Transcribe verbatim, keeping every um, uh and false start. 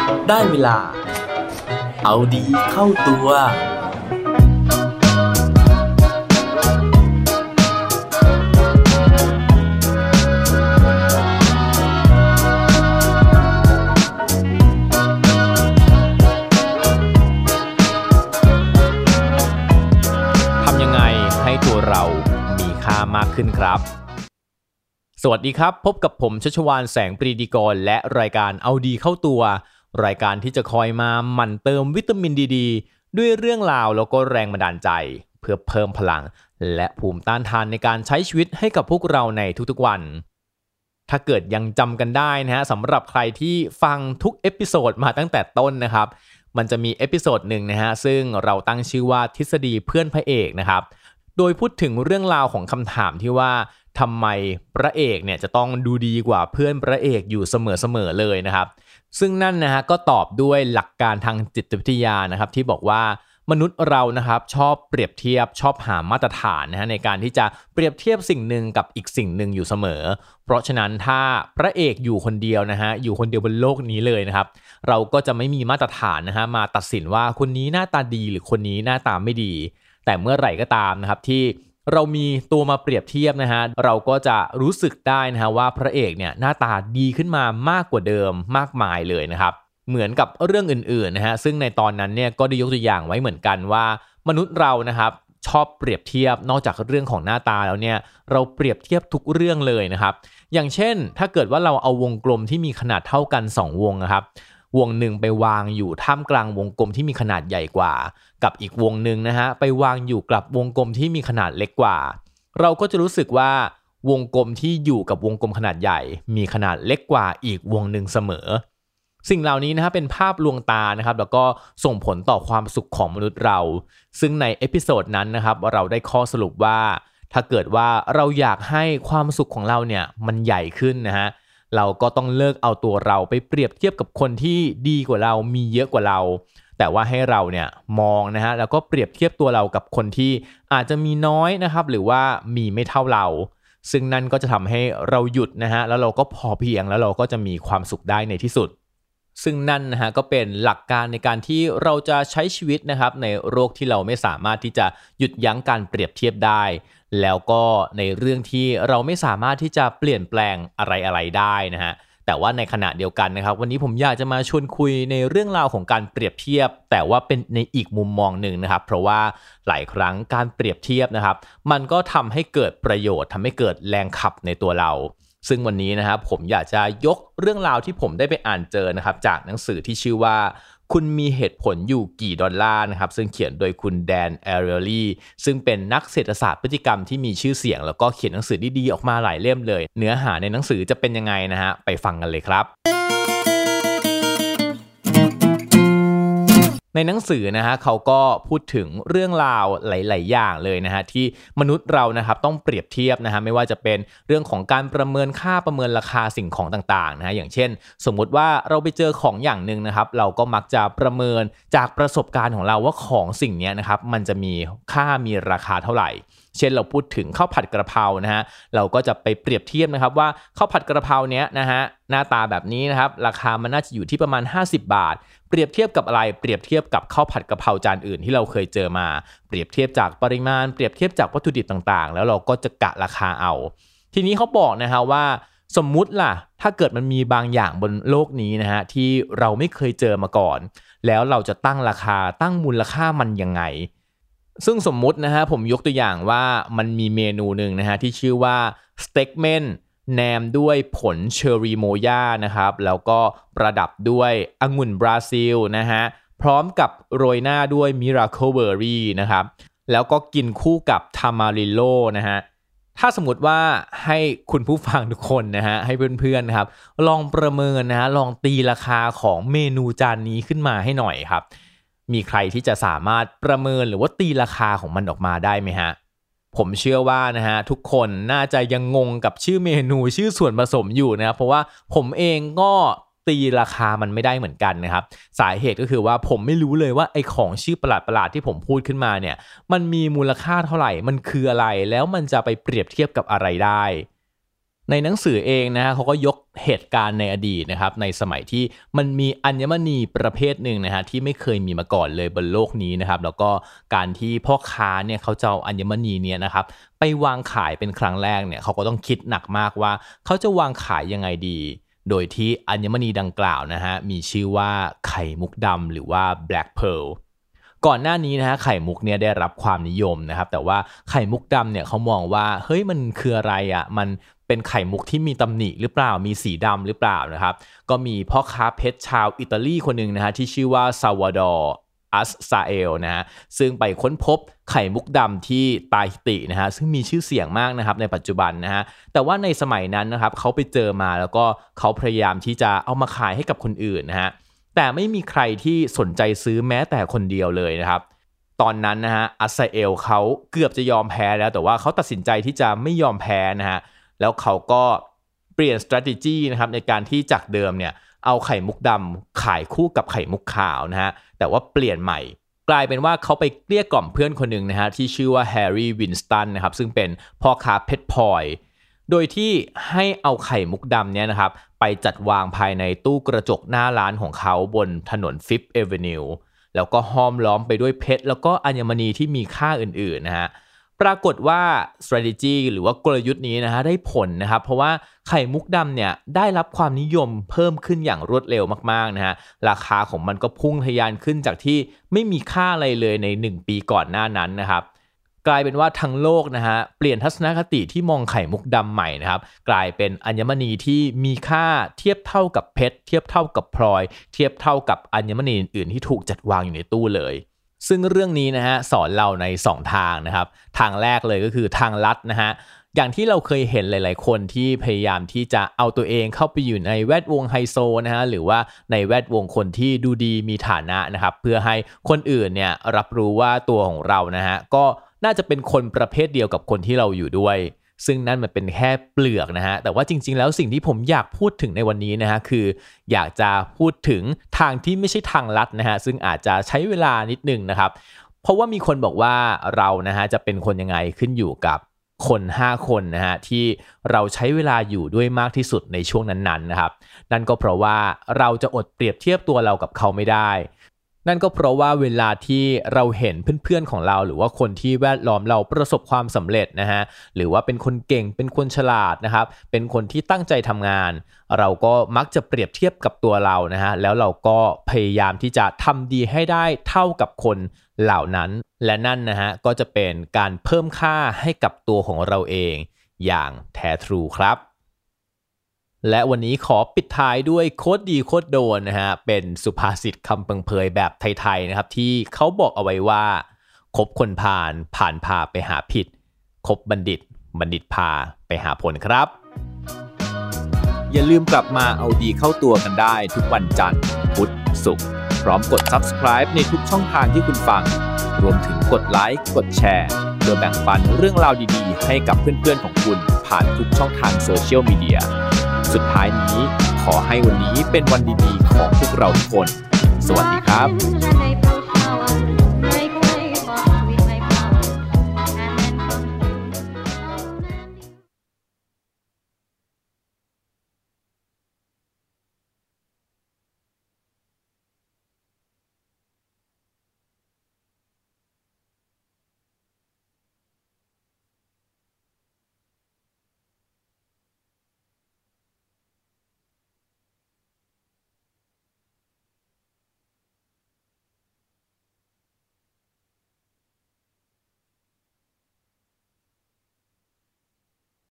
ได้เวลาเอาดีเข้าตัวทำยังไงให้ตัวเรามีค่ามากขึ้นครับสวัสดีครับพบกับผมชัชวาลแสงปรีดีกรและรายการเอาดีเข้าตัวรายการที่จะคอยมาหมั่นเติมวิตามินดีดีด้วยเรื่องราวแล้วก็แรงบันดาลใจเพื่อเพิ่มพลังและภูมิต้านทานในการใช้ชีวิตให้กับพวกเราในทุกๆวันถ้าเกิดยังจำกันได้นะฮะสำหรับใครที่ฟังทุกเอพิโซดมาตั้งแต่ต้นนะครับมันจะมีเอพิโซดหนึ่งนะฮะซึ่งเราตั้งชื่อว่าทฤษฎีเพื่อนพระเอกนะครับโดยพูดถึงเรื่องราวของคำถามที่ว่าทำไมพระเอกเนี่ยจะต้องดูดีกว่าเพื่อนพระเอกอยู่เสมอๆเลยนะครับซึ่งนั่นนะฮะก็ตอบด้วยหลักการทางจิตวิทยานะครับที่บอกว่ามนุษย์เรานะครับชอบเปรียบเทียบชอบหามาตรฐานนะฮะในการที่จะเปรียบเทียบสิ่งหนึ่งกับอีกสิ่งหนึ่งอยู่เสมอเพราะฉะนั้นถ้าพระเอกอยู่คนเดียวนะฮะอยู่คนเดียวบนโลกนี้เลยนะครับเราก็จะไม่มีมาตรฐานนะฮะมาตัดสินว่าคนนี้หน้าตาดีหรือคนนี้หน้าตาไม่ดีแต่เมื่อไหร่ก็ตามนะครับที่เรามีตัวมาเปรียบเทียบนะฮะเราก็จะรู้สึกได้นะฮะว่าพระเอกเนี่ยหน้าตาดีขึ้นมามากกว่าเดิมมากมายเลยนะครับเหมือนกับเรื่องอื่นๆนะฮะซึ่งในตอนนั้นเนี่ยก็ได้ยกตัวอย่างไว้เหมือนกันว่ามนุษย์เรานะครับชอบเปรียบเทียบนอกจากเรื่องของหน้าตาแล้วเนี่ยเราเปรียบเทียบทุกเรื่องเลยนะครับอย่างเช่นถ้าเกิดว่าเราเอาวงกลมที่มีขนาดเท่ากันสองวงนะครับวงหนึ่งไปวางอยู่ท่ามกลางวงกลมที่มีขนาดใหญ่กว่ากับอีกวงหนึ่งนะฮะไปวางอยู่กับวงกลมที่มีขนาดเล็กกว่าเราก็จะรู้สึกว่าวงกลมที่อยู่กับวงกลมขนาดใหญ่มีขนาดเล็กกว่าอีกวงหนึ่งเสมอสิ่งเหล่านี้นะฮะเป็นภาพลวงตานะครับแล้วก็ส่งผลต่อความสุขของมนุษย์เราซึ่งในเอพิโซดนั้นนะครับเราได้ข้อสรุปว่าถ้าเกิดว่าเราอยากให้ความสุขของเราเนี่ยมันใหญ่ขึ้นนะฮะเราก็ต้องเลิกเอาตัวเราไปเปรียบเทียบกับคนที่ดีกว่าเรามีเยอะกว่าเราแต่ว่าให้เราเนี่ยมองนะฮะแล้วก็เปรียบเทียบตัวเรากับคนที่อาจจะมีน้อยนะครับหรือว่ามีไม่เท่าเราซึ่งนั่นก็จะทำให้เราหยุดนะฮะแล้วเราก็พอเพียงแล้วเราก็จะมีความสุขได้ในที่สุดซึ่งนั่นนะฮะก็เป็นหลักการในการที่เราจะใช้ชีวิตนะครับในโลกที่เราไม่สามารถที่จะหยุดยั้งการเปรียบเทียบได้แล้วก็ในเรื่องที่เราไม่สามารถที่จะเปลี่ยนแปลงอะไรๆได้นะฮะแต่ว่าในขณะเดียวกันนะครับวันนี้ผมอยากจะมาชวนคุยในเรื่องราวของการเปรียบเทียบแต่ว่าเป็นในอีกมุมมองหนึ่งนะครับเพราะว่าหลายครั้งการเปรียบเทียบนะครับมันก็ทำให้เกิดประโยชน์ทำให้เกิดแรงขับในตัวเราซึ่งวันนี้นะครับผมอยากจะยกเรื่องราวที่ผมได้ไปอ่านเจอนะครับจากหนังสือที่ชื่อว่าคุณมีเหตุผลอยู่กี่ดอลลาร์นะครับซึ่งเขียนโดยคุณแดนแอเรียลีซึ่งเป็นนักเศรษฐศาสตร์พฤติกรรมที่มีชื่อเสียงแล้วก็เขียนหนังสือดีๆออกมาหลายเล่มเลยเนื้อหาในหนังสือจะเป็นยังไงนะฮะไปฟังกันเลยครับในหนังสือนะฮะเขาก็พูดถึงเรื่องราวหลายๆอย่างเลยนะฮะที่มนุษย์เรานะครับต้องเปรียบเทียบนะฮะไม่ว่าจะเป็นเรื่องของการประเมินค่าประเมินราคาสิ่งของต่างๆนะฮะอย่างเช่นสมมุติว่าเราไปเจอของอย่างนึงนะครับเราก็มักจะประเมินจากประสบการณ์ของเราว่าของสิ่งนี้นะครับมันจะมีค่ามีราคาเท่าไหร่เช่นเราพูดถึงข้าวผัดกระเพรานะฮะเราก็จะไปเปรียบเทียบนะครับว่าข้าวผัดกระเพราเนี้ยนะฮะหน้าตาแบบนี้นะครับราคามันน่าจะอยู่ที่ประมาณห้าสิบบาทเปรียบเทียบกับอะไรเปรียบเทียบกับข้าวผัดกระเพราจานอื่นที่เราเคยเจอมาเปรียบเทียบจากปริมาณเปรียบเทียบจากวัตถุดิบต่างๆแล้วเราก็จะกะราคาเอาทีนี้เขาบอกนะฮะว่าสมมุติล่ะถ้าเกิดมันมีบางอย่างบนโลกนี้นะฮะที่เราไม่เคยเจอมาก่อนแล้วเราจะตั้งราคาตั้งมูลค่ามันยังไงซึ่งสมมุตินะฮะผมยกตัวอย่างว่ามันมีเมนูหนึ่งนะฮะที่ชื่อว่าสเต็กเมนแนมด้วยผลเชอร์รี่โมย่านะครับแล้วก็ประดับด้วยองุ่นบราซิลนะฮะพร้อมกับโรยหน้าด้วยมิราเคิลเบอร์รี่นะครับแล้วก็กินคู่กับทามาริโลนะฮะถ้าสมมติว่าให้คุณผู้ฟังทุกคนนะฮะให้เพื่อนๆนะครับลองประเมินนะฮะลองตีราคาของเมนูจานนี้ขึ้นมาให้หน่อยครับมีใครที่จะสามารถประเมินหรือว่าตีราคาของมันออกมาได้ไหมฮะผมเชื่อว่านะฮะทุกคนน่าจะยังงงกับชื่อเมนูชื่อส่วนผสมอยู่นะครับเพราะว่าผมเองก็ตีราคามันไม่ได้เหมือนกันนะครับสาเหตุก็คือว่าผมไม่รู้เลยว่าไอ้ของชื่อประหลาดๆที่ผมพูดขึ้นมาเนี่ยมันมีมูลค่าเท่าไหร่มันคืออะไรแล้วมันจะไปเปรียบเทียบกับอะไรได้ในหนังสือเองนะฮะเขาก็ยกเหตุการณ์ในอดีตนะครับในสมัยที่มันมีอัญมณีประเภทหนึ่งนะฮะที่ไม่เคยมีมาก่อนเลยบนโลกนี้นะครับแล้วก็การที่พ่อค้าเนี่ยเขาจะเอาอัญมณีเนี่ยนะครับไปวางขายเป็นครั้งแรกเนี่ยเขาก็ต้องคิดหนักมากว่าเขาจะวางขายยังไงดีโดยที่อัญมณีดังกล่าวนะฮะมีชื่อว่าไข่มุกดำหรือว่า Black Pearlก่อนหน้านี้นะฮะไข่มุกเนี่ยได้รับความนิยมนะครับแต่ว่าไข่มุกดำเนี่ยเขามองว่าเฮ้ยมันคืออะไรอ่ะมันเป็นไข่มุกที่มีตำหนิหรือเปล่ามีสีดำหรือเปล่านะครับก็มีพ่อค้าเพชรชาวอิตาลีคนหนึ่งนะฮะที่ชื่อว่าซาวาดอร์อัสซาเอลนะฮะซึ่งไปค้นพบไข่มุกดำที่ตาฮิตินะฮะซึ่งมีชื่อเสียงมากนะครับในปัจจุบันนะฮะแต่ว่าในสมัยนั้นนะครับเขาไปเจอมาแล้วก็เขาพยายามที่จะเอามาขายให้กับคนอื่นนะฮะแต่ไม่มีใครที่สนใจซื้อแม้แต่คนเดียวเลยนะครับตอนนั้นนะฮะอัสซาเอลเขาเกือบจะยอมแพ้แล้วแต่ว่าเขาตัดสินใจที่จะไม่ยอมแพ้นะฮะแล้วเขาก็เปลี่ยน strategy นะครับในการที่จากเดิมเนี่ยเอาไข่มุกดำขายคู่กับไข่มุกขาวนะฮะแต่ว่าเปลี่ยนใหม่กลายเป็นว่าเขาไปเกลี้ยกล่อมเพื่อนคนหนึ่งนะฮะที่ชื่อว่าแฮร์รี่วินสตันนะครับซึ่งเป็นพ่อค้าเพชรพลอยโดยที่ให้เอาไข่มุกดำเนี่ยนะครับไปจัดวางภายในตู้กระจกหน้าร้านของเขาบนถนน Fifth Avenue แล้วก็ห้อมล้อมไปด้วยเพชรแล้วก็อัญมณีที่มีค่าอื่นๆนะฮะปรากฏว่า strategy หรือว่ากลยุทธ์นี้นะฮะได้ผลนะครับเพราะว่าไข่มุกดำเนี่ยได้รับความนิยมเพิ่มขึ้นอย่างรวดเร็วมากๆนะฮะราคาของมันก็พุ่งทะยานขึ้นจากที่ไม่มีค่าอะไรเลยในหนึ่งปีก่อนหน้านั้นนะครับกลายเป็นว่าทั้งโลกนะฮะเปลี่ยนทัศนคติที่มองไข่มุกดำใหม่นะครับกลายเป็นอัญมณีที่มีค่าเทียบเท่ากับเพชรเทียบเท่ากับพลอยเทียบเท่ากับอัญมณีอื่นๆที่ถูกจัดวางอยู่ในตู้เลยซึ่งเรื่องนี้นะฮะสอนเราในสองทางนะครับทางแรกเลยก็คือทางลัดนะฮะอย่างที่เราเคยเห็นหลายๆคนที่พยายามที่จะเอาตัวเองเข้าไปอยู่ในแวดวงไฮโซนะฮะหรือว่าในแวดวงคนที่ดูดีมีฐานะนะครับเพื่อให้คนอื่นเนี่ยรับรู้ว่าตัวของเรานะฮะก็น่าจะเป็นคนประเภทเดียวกับคนที่เราอยู่ด้วยซึ่งนั่นมันเป็นแค่เปลือกนะฮะแต่ว่าจริงๆแล้วสิ่งที่ผมอยากพูดถึงในวันนี้นะฮะคืออยากจะพูดถึงทางที่ไม่ใช่ทางลัดนะฮะซึ่งอาจจะใช้เวลานิดนึงนะครับเพราะว่ามีคนบอกว่าเรานะฮะจะเป็นคนยังไงขึ้นอยู่กับคนห้าคนนะฮะที่เราใช้เวลาอยู่ด้วยมากที่สุดในช่วงนั้นๆนะครับนั่นก็เพราะว่าเราจะอดเปรียบเทียบตัวเรากับเขาไม่ได้นั่นก็เพราะว่าเวลาที่เราเห็นเพื่อนๆของเราหรือว่าคนที่แวดล้อมเราประสบความสำเร็จนะฮะหรือว่าเป็นคนเก่งเป็นคนฉลาดนะครับเป็นคนที่ตั้งใจทำงานเราก็มักจะเปรียบเทียบกับตัวเรานะฮะแล้วเราก็พยายามที่จะทำดีให้ได้เท่ากับคนเหล่านั้นและนั่นนะฮะก็จะเป็นการเพิ่มค่าให้กับตัวของเราเองอย่างแท้ทรูครับและวันนี้ขอปิดท้ายด้วยโคตรดีโคตรโดนนะฮะเป็นสุภาษิตคำเปิงเพยแบบไทยๆนะครับที่เขาบอกเอาไว้ว่าคบคนพาลผ่านพาไปหาผิดคบบัณฑิตบัณฑิตพาไปหาผลครับอย่าลืมกลับมาเอาดีเข้าตัวกันได้ทุกวันจันทร์พุธศุกร์พร้อมกด Subscribe ในทุกช่องทางที่คุณฟังรวมถึงกดไลค์กดแชร์เพื่อแบ่งปันเรื่องราวดีๆให้กับเพื่อนๆของคุณผ่านทุกช่องทางโซเชียลมีเดียสุดท้ายนี้ขอให้วันนี้เป็นวันดีๆของพวกเราทุกคนสวัสดีครับ